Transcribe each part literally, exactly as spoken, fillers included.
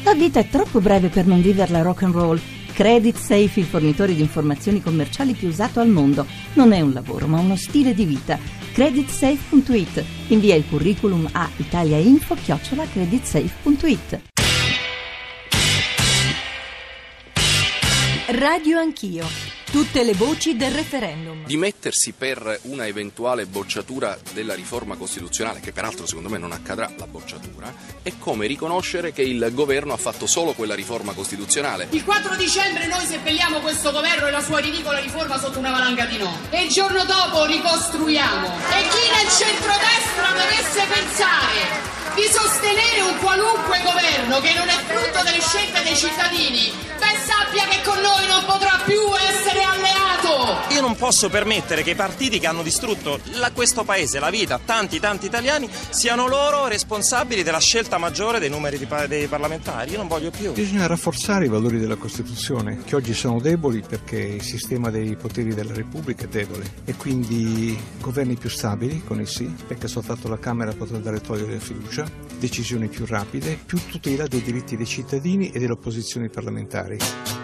La vita è troppo breve per non viverla rock and roll. Credit Safe, il fornitore di informazioni commerciali più usato al mondo. Non è un lavoro, ma uno stile di vita. credit safe punto it. Invia il curriculum a italiainfo chiocciola creditsafe punto it. Radio Anch'io. Tutte le voci del referendum. Dimettersi per una eventuale bocciatura della riforma costituzionale, che peraltro secondo me non accadrà la bocciatura, è come riconoscere che il governo ha fatto solo quella riforma costituzionale. Il quattro dicembre noi seppelliamo questo governo e la sua ridicola riforma sotto una valanga di no. E il giorno dopo ricostruiamo. E chi nel centrodestra dovesse pensare di sostenere un qualunque governo che non è frutto delle scelte dei cittadini, beh, sappia che con noi non potrà più essere alleato. Io non posso permettere che i partiti che hanno distrutto la, questo paese, la vita, tanti tanti italiani, siano loro responsabili della scelta maggiore dei numeri di, dei parlamentari. Io non voglio più. Bisogna rafforzare i valori della Costituzione, che oggi sono deboli perché il sistema dei poteri della Repubblica è debole, e quindi governi più stabili con il sì, perché soltanto la Camera potrà dare e togliere la fiducia, decisioni più rapide, più tutela dei diritti dei cittadini e delle opposizioni parlamentari.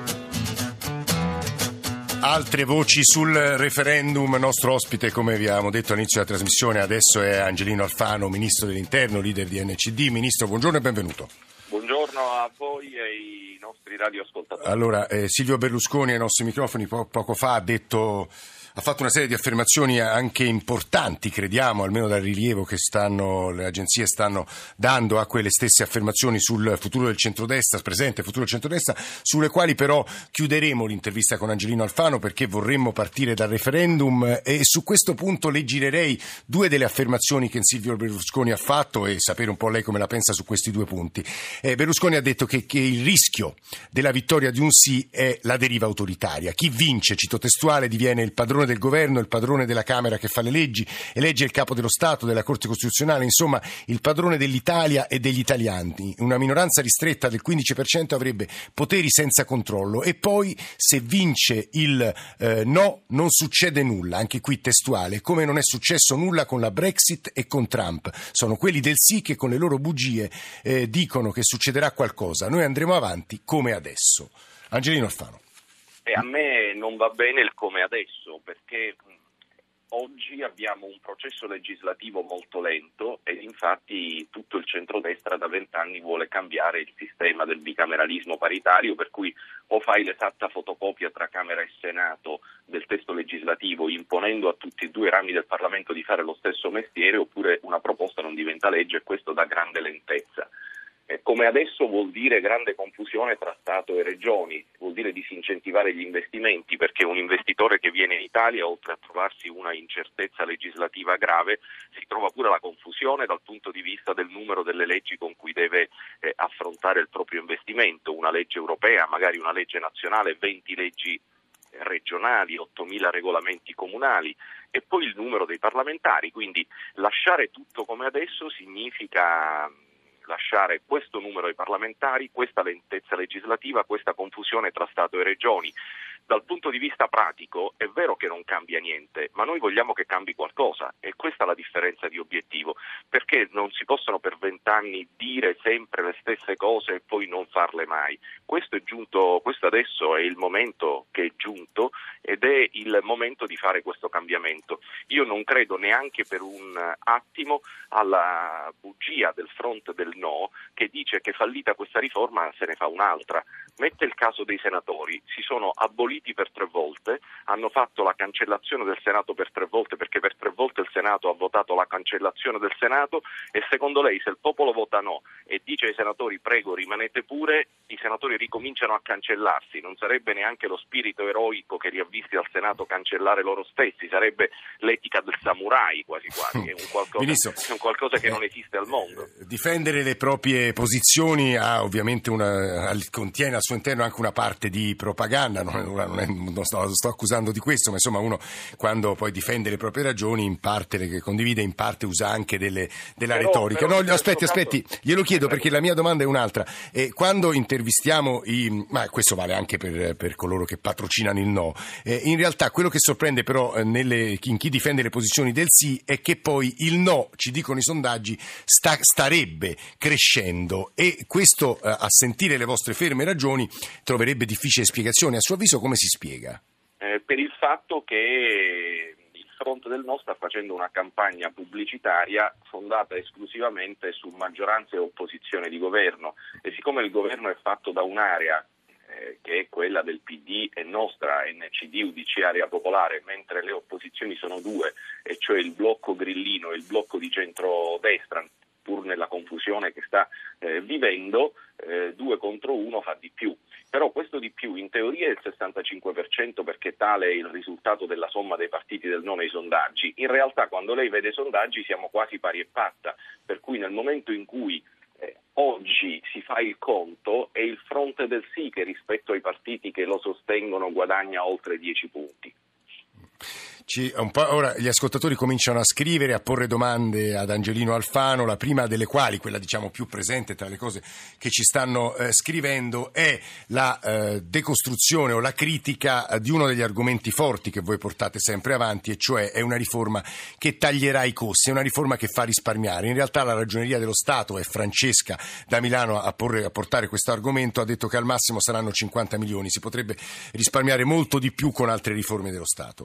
Altre voci sul referendum. Nostro ospite, come vi avevamo detto all'inizio della trasmissione, adesso è Angelino Alfano, ministro dell'Interno, leader di N C D. Ministro, buongiorno e benvenuto. Buongiorno a voi e ai nostri radioascoltatori. Allora, eh, Silvio Berlusconi ai nostri microfoni po- poco fa ha detto... Ha fatto una serie di affermazioni anche importanti, crediamo, almeno dal rilievo che stanno, le agenzie stanno dando a quelle stesse affermazioni sul futuro del centrodestra, presente futuro del centrodestra, sulle quali però chiuderemo l'intervista con Angelino Alfano perché vorremmo partire dal referendum, e su questo punto le girerei due delle affermazioni che Silvio Berlusconi ha fatto e sapere un po' lei come la pensa su questi due punti. Eh, Berlusconi ha detto che, che il rischio della vittoria di un sì è la deriva autoritaria. Chi vince, cito testuale, diviene il padrone del governo, il padrone della Camera che fa le leggi, elegge il capo dello Stato, della Corte Costituzionale, insomma il padrone dell'Italia e degli italiani. Una minoranza ristretta del quindici per cento avrebbe poteri senza controllo, e poi se vince il eh, no non succede nulla, anche qui testuale, come non è successo nulla con la Brexit e con Trump. Sono quelli del sì che con le loro bugie eh, dicono che succederà qualcosa. Noi andremo avanti come adesso. Angelino Alfano. E a me non va bene il come adesso, perché oggi abbiamo un processo legislativo molto lento e infatti tutto il centrodestra da vent'anni vuole cambiare il sistema del bicameralismo paritario, per cui o fai l'esatta fotocopia tra Camera e Senato del testo legislativo imponendo a tutti e due i rami del Parlamento di fare lo stesso mestiere, oppure una proposta non diventa legge, e questo dà grande lentezza. Come adesso vuol dire grande confusione tra Stato e Regioni, vuol dire disincentivare gli investimenti, perché un investitore che viene in Italia, oltre a trovarsi una incertezza legislativa grave, si trova pure la confusione dal punto di vista del numero delle leggi con cui deve eh, affrontare il proprio investimento, una legge europea, magari una legge nazionale, venti leggi regionali, ottomila regolamenti comunali, e poi il numero dei parlamentari. Quindi lasciare tutto come adesso significa lasciare questo numero ai parlamentari, questa lentezza legislativa, questa confusione tra Stato e Regioni. Dal punto di vista pratico è vero che non cambia niente, ma noi vogliamo che cambi qualcosa, e questa è la differenza di obiettivo, perché non si possono per vent'anni dire sempre le stesse cose e poi non farle mai. Questo è giunto, questo adesso è il momento che è giunto, ed è il momento di fare questo cambiamento. Io non credo neanche per un attimo alla bugia del fronte del no, che dice che fallita questa riforma se ne fa un'altra. Mette il caso dei senatori, si sono aboliti per tre volte, hanno fatto la cancellazione del Senato per tre volte, perché per tre volte il Senato ha votato la cancellazione del Senato, e secondo lei se il popolo vota no e dice ai senatori prego rimanete pure, i senatori ricominciano a cancellarsi? Non sarebbe neanche lo spirito eroico che li ha visti al Senato cancellare loro stessi, sarebbe l'etica del samurai quasi quasi, è un qualcosa, Ministro, è un qualcosa che non esiste al mondo. Difendere le proprie posizioni ha ovviamente una, contiene al suo interno anche una parte di propaganda, non, non, è, non sto, sto accusando di questo, ma insomma uno quando poi difende le proprie ragioni in parte le condivide, in parte usa anche delle, della però, retorica. Però, no, aspetti, aspetti, glielo chiedo perché la mia domanda è un'altra. E quando intervistiamo i, ma questo vale anche per, per coloro che patrocinano il no, eh, in realtà quello che sorprende però eh, nelle, in chi difende le posizioni del sì è che poi il no, ci dicono i sondaggi, sta, starebbe crescendo e questo, eh, a sentire le vostre ferme ragioni, troverebbe difficile spiegazione. A suo avviso come si spiega? Eh, per il fatto che il Fronte del No sta facendo una campagna pubblicitaria fondata esclusivamente su maggioranza e opposizione di governo, e siccome il governo è fatto da un'area eh, che è quella del P D e nostra N C D U D C Area Popolare, mentre le opposizioni sono due, e cioè il blocco grillino e il blocco di centrodestra, pur nella confusione che sta eh, vivendo, eh, due contro uno fa di più. Però questo di più in teoria è il sessantacinque per cento, perché tale è il risultato della somma dei partiti del no nei sondaggi. In realtà quando lei vede i sondaggi siamo quasi pari e patta, per cui nel momento in cui eh, oggi si fa il conto è il fronte del sì che rispetto ai partiti che lo sostengono guadagna oltre dieci punti. Ci, un po', ora gli ascoltatori cominciano a scrivere, a porre domande ad Angelino Alfano, la prima delle quali, quella diciamo più presente tra le cose che ci stanno eh, scrivendo, è la eh, decostruzione o la critica eh, di uno degli argomenti forti che voi portate sempre avanti, e cioè è una riforma che taglierà i costi, è una riforma che fa risparmiare. In realtà la Ragioneria dello Stato, è Francesca da Milano a, porre, a portare questo argomento, ha detto che al massimo saranno cinquanta milioni, si potrebbe risparmiare molto di più con altre riforme dello Stato.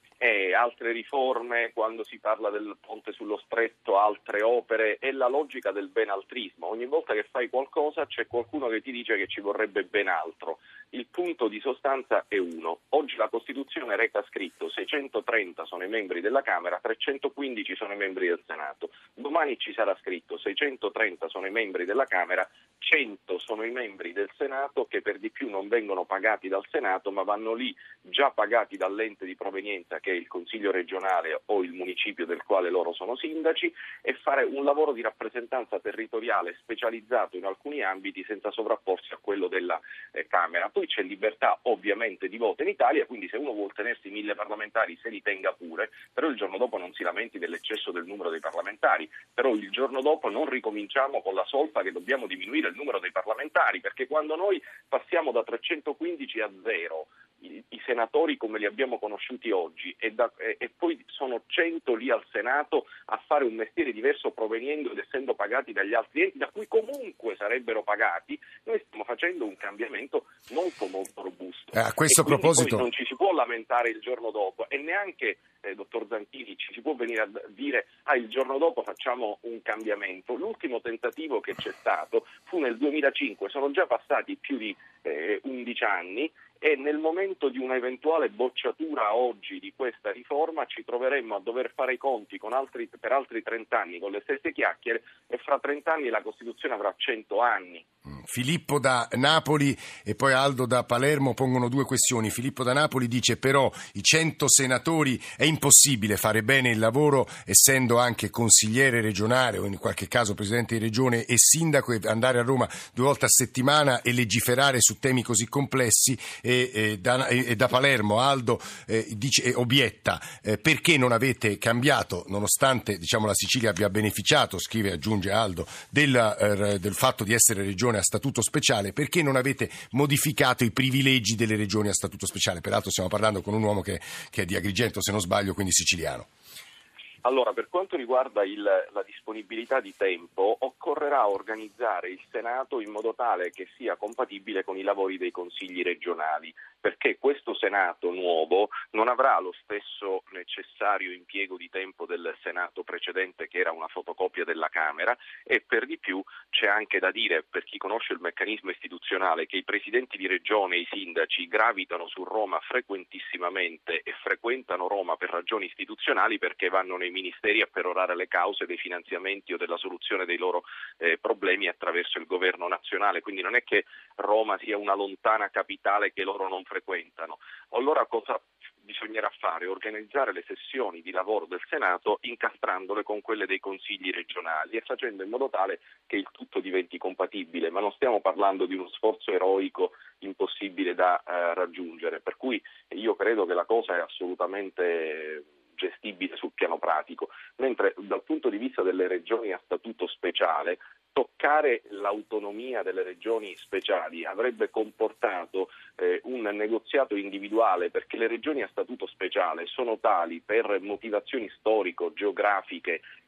E altre riforme, quando si parla del ponte sullo stretto, altre opere, è la logica del benaltrismo. Ogni volta che fai qualcosa c'è qualcuno che ti dice che ci vorrebbe ben altro. Il punto di sostanza è uno. Oggi la Costituzione reca scritto seicentotrenta sono i membri della Camera, trecentoquindici sono i membri del Senato. Domani ci sarà scritto seicentotrenta sono i membri della Camera, cento sono i membri del Senato, che per di più non vengono pagati dal Senato ma vanno lì già pagati dall'ente di provenienza, che è il Consiglio regionale o il municipio del quale loro sono sindaci, e fare un lavoro di rappresentanza territoriale specializzato in alcuni ambiti senza sovrapporsi a quello della eh, Camera. Poi c'è libertà ovviamente di voto in Italia, quindi se uno vuol tenersi mille parlamentari se li tenga pure, però il giorno dopo non si lamenti dell'eccesso del numero dei parlamentari, però il giorno dopo non ricominciamo con la solfa che dobbiamo diminuire il numero dei parlamentari, perché quando noi passiamo da trecentoquindici a zero i, i senatori come li abbiamo conosciuti oggi e, da, e, e poi sono cento lì al Senato a fare un mestiere diverso proveniendo ed essendo pagati dagli altri enti da cui comunque sarebbero pagati, noi stiamo facendo un cambiamento molto molto robusto. Eh, a questo e proposito non ci si può lamentare il giorno dopo, e neanche eh, dottor Zanchini ci si può venire a dire ah il giorno dopo facciamo un cambiamento. L'ultimo tentativo che c'è stato fu nel duemilacinque, sono già passati più di eh, undici anni, e nel momento di una eventuale bocciatura oggi di questa riforma ci troveremmo a dover fare i conti con altri, per altri trenta anni con le stesse chiacchiere, e fra trenta anni la Costituzione avrà cento anni. Filippo da Napoli e poi Aldo da Palermo pongono due questioni. Filippo da Napoli dice: però i cento senatori è impossibile fare bene il lavoro essendo anche consigliere regionale o in qualche caso presidente di regione e sindaco, e andare a Roma due volte a settimana e legiferare su temi così complessi. E, e, da, e da Palermo Aldo eh, dice, eh, obietta eh, perché non avete cambiato, nonostante diciamo la Sicilia abbia beneficiato, scrive, aggiunge Aldo, del, eh, del fatto di essere regione a statuto speciale, perché non avete modificato i privilegi delle regioni a statuto speciale? Peraltro stiamo parlando con un uomo che, che è di Agrigento, se non sbaglio, quindi siciliano. Allora, per quanto riguarda il, la disponibilità di tempo, occorrerà organizzare il Senato in modo tale che sia compatibile con i lavori dei consigli regionali, perché questo Senato nuovo non avrà lo stesso necessario impiego di tempo del Senato precedente, che era una fotocopia della Camera, e per di più c'è anche da dire, per chi conosce il meccanismo istituzionale, che i presidenti di regione e i sindaci gravitano su Roma frequentissimamente e frequentano Roma per ragioni istituzionali, perché vanno nei ministeri a perorare le cause dei finanziamenti o della soluzione dei loro eh, problemi attraverso il governo nazionale. Quindi non è che Roma sia una lontana capitale che loro non frequentano. Allora cosa bisognerà fare? Organizzare le sessioni di lavoro del Senato incastrandole con quelle dei consigli regionali e facendo in modo tale che il tutto diventi compatibile, ma non stiamo parlando di uno sforzo eroico impossibile da eh, raggiungere, per cui io credo che la cosa è assolutamente gestibile sul piano pratico, mentre dal punto di vista delle regioni a statuto speciale toccare l'autonomia delle regioni speciali avrebbe comportato eh, un negoziato individuale, perché le regioni a statuto speciale sono tali per motivazioni storico-geografiche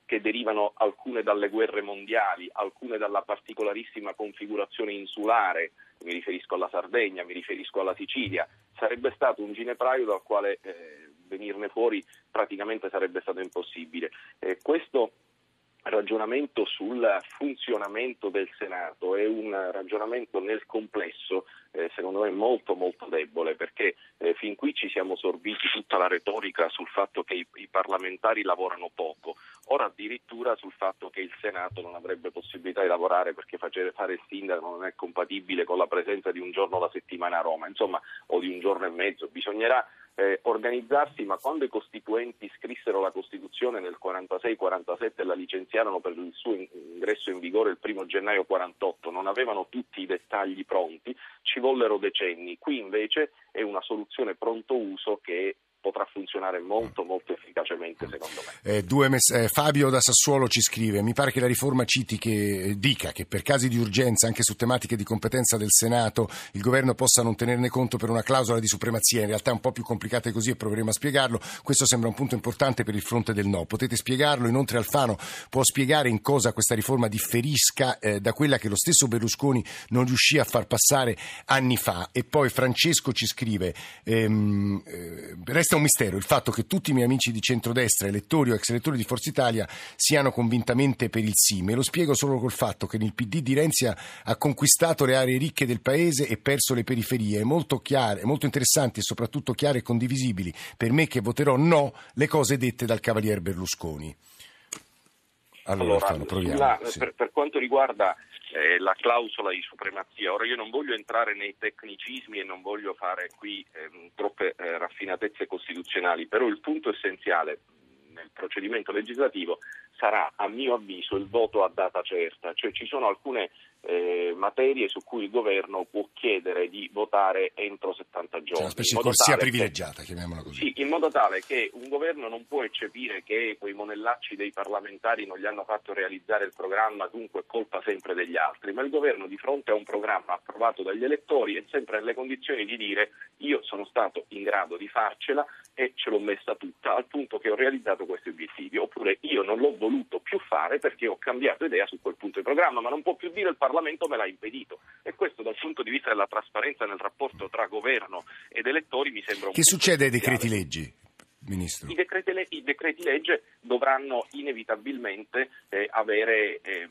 che derivano alcune dalle guerre mondiali, alcune dalla particolarissima configurazione insulare, mi riferisco alla Sardegna, mi riferisco alla Sicilia. Sarebbe stato un ginepraio dal quale eh, venirne fuori praticamente sarebbe stato impossibile. Eh, questo ragionamento sul funzionamento del Senato è un ragionamento nel complesso eh, secondo me molto molto debole, perché eh, fin qui ci siamo sorbiti tutta la retorica sul fatto che i, i parlamentari lavorano poco, ora addirittura sul fatto che il Senato non avrebbe possibilità di lavorare perché facere, fare il sindaco non è compatibile con la presenza di un giorno alla settimana a Roma, insomma, o di un giorno e mezzo. Bisognerà Eh, organizzarsi, ma quando i costituenti scrissero la Costituzione nel quarantasei quarantasette e la licenziarono per il suo ingresso in vigore il primo gennaio quarantotto, non avevano tutti i dettagli pronti, ci vollero decenni. Qui invece è una soluzione pronto uso che potrà funzionare molto molto efficacemente, secondo me. Eh, due mess- eh, Fabio da Sassuolo ci scrive: mi pare che la riforma citi che eh, dica che per casi di urgenza anche su tematiche di competenza del Senato il governo possa non tenerne conto per una clausola di supremazia. In realtà è un po' più complicata così e proveremo a spiegarlo. Questo sembra un punto importante per il fronte del no. Potete spiegarlo? Inoltre Alfano può spiegare in cosa questa riforma differisca eh, da quella che lo stesso Berlusconi non riuscì a far passare anni fa? E poi Francesco ci scrive: ehm, eh, resta un mistero il fatto che tutti i miei amici di centrodestra, elettori o ex elettori di Forza Italia, siano convintamente per il sì. Me lo spiego solo col fatto che il P D di Renzi ha conquistato le aree ricche del paese e perso le periferie. È molto chiare, molto interessanti e soprattutto chiare e condivisibili per me, che voterò no, le cose dette dal cavalier Berlusconi. Allora, allora Alfano, proviamo. Sulla, sì. per, per quanto riguarda eh, la clausola di supremazia, ora io non voglio entrare nei tecnicismi e non voglio fare qui eh, troppe eh, raffinatezze costituzionali, però il punto essenziale nel procedimento legislativo sarà, a mio avviso, il voto a data certa, cioè ci sono alcune eh, materie su cui il governo può chiedere di votare entro settanta giorni. C'è una specie di corsia privilegiata, che, chiamiamola così. Sì, in modo tale che un governo non può eccepire che quei monellacci dei parlamentari non gli hanno fatto realizzare il programma, dunque è colpa sempre degli altri, ma il governo di fronte a un programma approvato dagli elettori è sempre nelle condizioni di dire: io sono stato in grado di farcela e ce l'ho messa tutta al punto che ho realizzato questi obiettivi, oppure io non l'ho voluto più fare perché ho cambiato idea su quel punto di programma, ma non può più dire il Parlamento me l'ha impedito. E questo dal punto di vista della trasparenza nel rapporto tra governo ed elettori mi sembra un Che punto succede ai essenziale. decreti leggi, Ministro? I decreti, le- i decreti legge dovranno inevitabilmente eh, avere eh,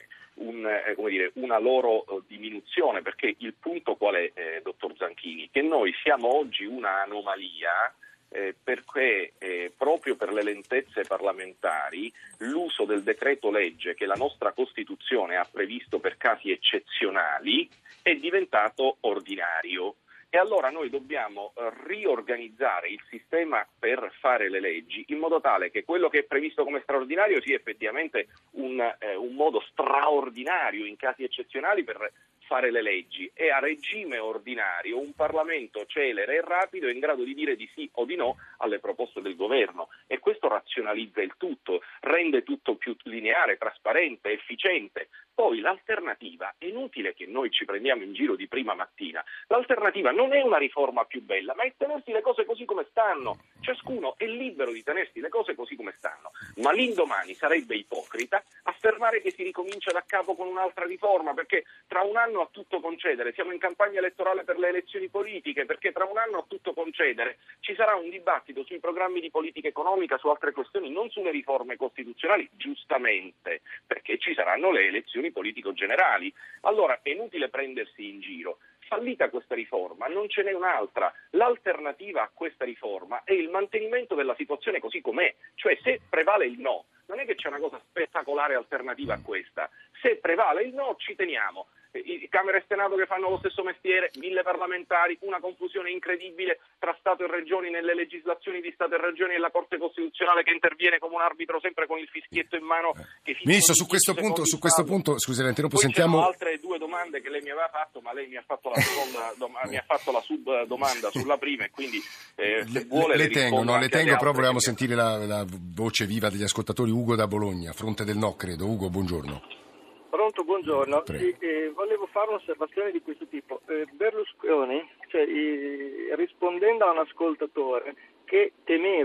un, eh, come dire, una loro eh, diminuzione, perché il punto qual è, eh, dottor Zanchini? Che noi siamo oggi una anomalia Eh, perché eh, proprio per le lentezze parlamentari l'uso del decreto legge che la nostra Costituzione ha previsto per casi eccezionali è diventato ordinario. E allora noi dobbiamo riorganizzare il sistema per fare le leggi in modo tale che quello che è previsto come straordinario sia effettivamente un, eh, un modo straordinario in casi eccezionali per fare le leggi, e a regime ordinario un Parlamento celere e rapido è in grado di dire di sì o di no alle proposte del governo, e questo razionalizza il tutto, rende tutto più lineare, trasparente, efficiente. Poi l'alternativa, è inutile che noi ci prendiamo in giro di prima mattina, l'alternativa non è una riforma più bella, ma è tenersi le cose così come stanno. Ciascuno è libero di tenersi le cose così come stanno, ma l'indomani sarebbe ipocrita affermare che si ricomincia da capo con un'altra riforma, perché tra un anno a tutto concedere, siamo in campagna elettorale per le elezioni politiche, perché tra un anno a tutto concedere ci sarà un dibattito sui programmi di politica economica, su altre questioni, non sulle riforme costituzionali, giustamente, perché ci saranno le elezioni politico generali. Allora è inutile prendersi in giro. Fallita questa riforma, non ce n'è un'altra. L'alternativa a questa riforma è il mantenimento della situazione così com'è, cioè se prevale il no, non è che c'è una cosa spettacolare alternativa a questa. Se prevale il no, ci teniamo. I Camera e Senato che fanno lo stesso mestiere, mille parlamentari, una confusione incredibile tra Stato e Regioni nelle legislazioni di Stato e Regioni, e la Corte Costituzionale che interviene come un arbitro sempre con il fischietto in mano. Che Ministro, su questo punto, su questo punto, scusi, la interrompo, Poi sentiamo c'erano altre due domande che lei mi aveva fatto, ma lei mi ha fatto la seconda dom- mi ha fatto la sub domanda sulla prima, e quindi eh, se le, vuole le, le tengo, no, le tengo, però volevamo che... sentire la, la voce viva degli ascoltatori. Ugo da Bologna, fronte del no, credo. Ugo, buongiorno. Pronto, buongiorno. Sì, eh, volevo fare un'osservazione di questo tipo. Eh, Berlusconi, cioè, eh, rispondendo a un ascoltatore che temeva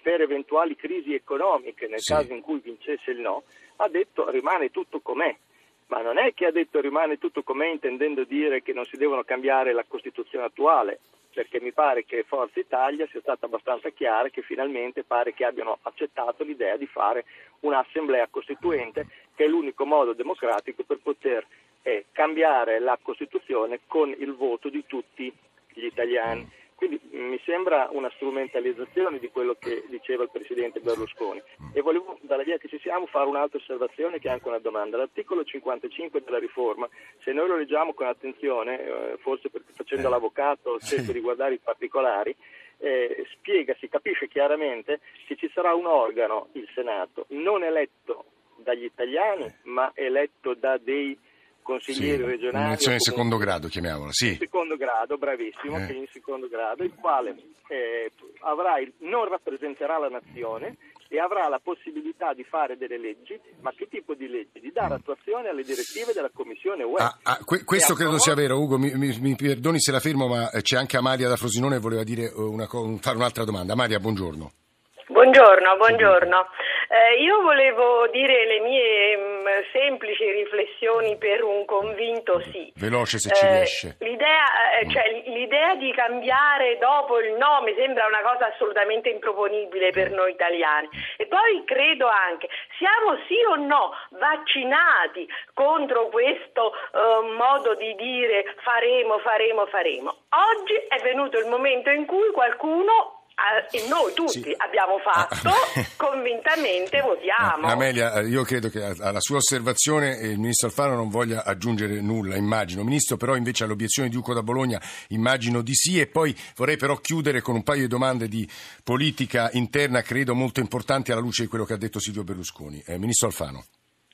per eventuali crisi economiche nel sì. caso in cui vincesse il no, ha detto rimane tutto com'è. Ma non è che ha detto rimane tutto com'è intendendo dire che non si devono cambiare la Costituzione attuale, perché mi pare che Forza Italia sia stata abbastanza chiara che finalmente pare che abbiano accettato l'idea di fare un'assemblea costituente, che è l'unico modo democratico per poter eh, cambiare la Costituzione con il voto di tutti gli italiani. Quindi mi sembra una strumentalizzazione di quello che diceva il Presidente Berlusconi. E volevo, dalla via che ci siamo, fare un'altra osservazione che è anche una domanda. L'articolo cinquantacinque della riforma, se noi lo leggiamo con attenzione, eh, forse perché facendo l'avvocato cerco di guardare i particolari, eh, spiega, si capisce chiaramente che ci sarà un organo, il Senato, non eletto dagli italiani, ma eletto da dei consiglieri sì, regionali. Un'elezione in secondo grado, chiamiamola, sì. In secondo grado, bravissimo, Eh. che in secondo grado, il quale eh, avrà il, non rappresenterà la nazione e avrà la possibilità di fare delle leggi, ma che tipo di leggi? Di dare attuazione alle direttive della Commissione U E. Ah, ah, que- questo E credo approva- sia vero, Ugo, mi, mi, mi perdoni se la fermo, ma c'è anche Amalia da Frosinone che voleva dire una co- fare un'altra domanda. Amalia, buongiorno. Buongiorno, buongiorno. Eh, io volevo dire le mie mh, semplici riflessioni per un convinto sì. Veloce se ci Eh, riesce. L'idea, eh, cioè, l'idea di cambiare dopo il no mi sembra una cosa assolutamente improponibile per noi italiani. E poi credo anche, siamo sì o no vaccinati contro questo eh, modo di dire faremo, faremo, faremo. Oggi è venuto il momento in cui qualcuno e noi tutti Sì. abbiamo fatto, convintamente votiamo. Amelia, io credo che alla sua osservazione il ministro Alfano non voglia aggiungere nulla, immagino. Ministro, però invece all'obiezione di Ugo da Bologna immagino di sì, e poi vorrei però chiudere con un paio di domande di politica interna, credo molto importanti alla luce di quello che ha detto Silvio Berlusconi. Eh, ministro Alfano.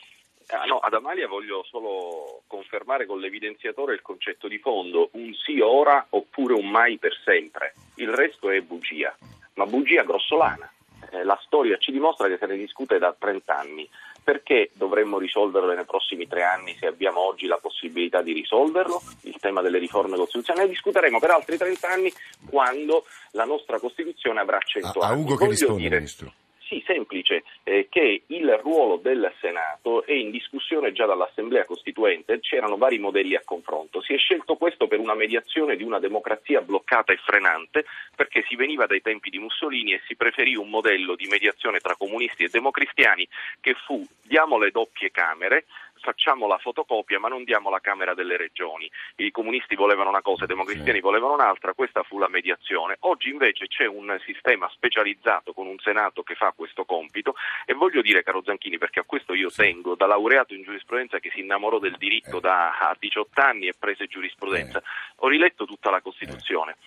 Ah, no, ad Amalia voglio solo confermare con l'evidenziatore il concetto di fondo, un sì ora oppure un mai per sempre. Il resto è bugia, ma bugia grossolana. Eh, la storia ci dimostra che se ne discute da trent'anni. Perché dovremmo risolverlo nei prossimi tre anni se abbiamo oggi la possibilità di risolverlo? Il tema delle riforme costituzionali. Ne discuteremo per altri trent'anni quando la nostra Costituzione avrà cento A, a anni. Ugo che Voglio risponde, dire... Ministro. Sì, semplice, eh, che il ruolo del Senato è in discussione già dall'Assemblea Costituente, c'erano vari modelli a confronto. Si è scelto questo per una mediazione di una democrazia bloccata e frenante, perché si veniva dai tempi di Mussolini e si preferì un modello di mediazione tra comunisti e democristiani che fu diamo le doppie camere, facciamo la fotocopia ma non diamo la Camera delle Regioni. I comunisti volevano una cosa, i democristiani volevano un'altra, questa fu la mediazione. Oggi invece c'è un sistema specializzato con un Senato che fa questo compito e voglio dire, caro Zanchini, perché a questo io tengo, da laureato in giurisprudenza che si innamorò del diritto da a diciotto anni e prese giurisprudenza, ho riletto tutta la Costituzione.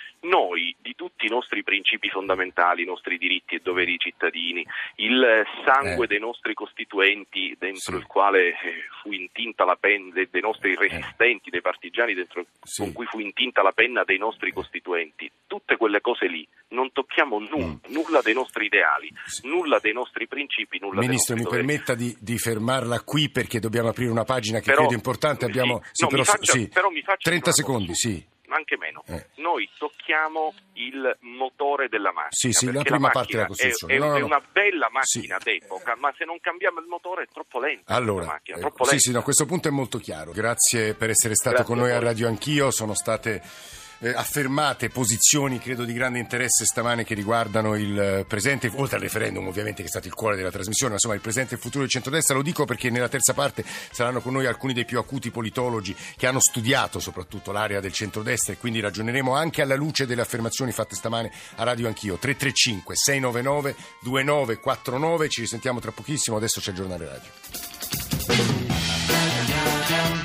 Noi, di tutti i nostri principi fondamentali, i nostri diritti e doveri di cittadini, il sangue eh. dei nostri costituenti dentro sì. il quale eh, fu intinta la penna, dei nostri resistenti, eh. dei partigiani dentro sì. con cui fu intinta la penna dei nostri costituenti, tutte quelle cose lì, non tocchiamo nulla, mm. nulla dei nostri ideali, sì. nulla dei nostri principi, nulla Ministro, dei nostri mi doveri. permetta di, di fermarla qui perché dobbiamo aprire una pagina che però, credo importante. Abbiamo sì. sì, No, però, mi faccia, sì. però mi faccia trenta secondi, cosa. sì. Anche meno. Eh. Noi tocchiamo il motore della macchina. Sì, sì, la perché prima la parte della macchina Costituzione. È, No, no, è no. una bella macchina Sì. d'epoca, ma se non cambiamo il motore è troppo lenta. Allora, macchina, eh, troppo sì, lenta. sì, no, questo punto è molto chiaro. Grazie per essere stato Grazie con noi a a voi. Radio Anch'io. Sono state eh, affermate posizioni, credo, di grande interesse stamane che riguardano il presente, oltre al referendum ovviamente che è stato il cuore della trasmissione, ma insomma il presente e il futuro del centrodestra. Lo dico perché nella terza parte saranno con noi alcuni dei più acuti politologi che hanno studiato soprattutto l'area del centrodestra e quindi ragioneremo anche alla luce delle affermazioni fatte stamane a Radio Anch'io. tre tre cinque sei nove nove due nove quattro nove, ci risentiamo tra pochissimo, adesso c'è il giornale radio.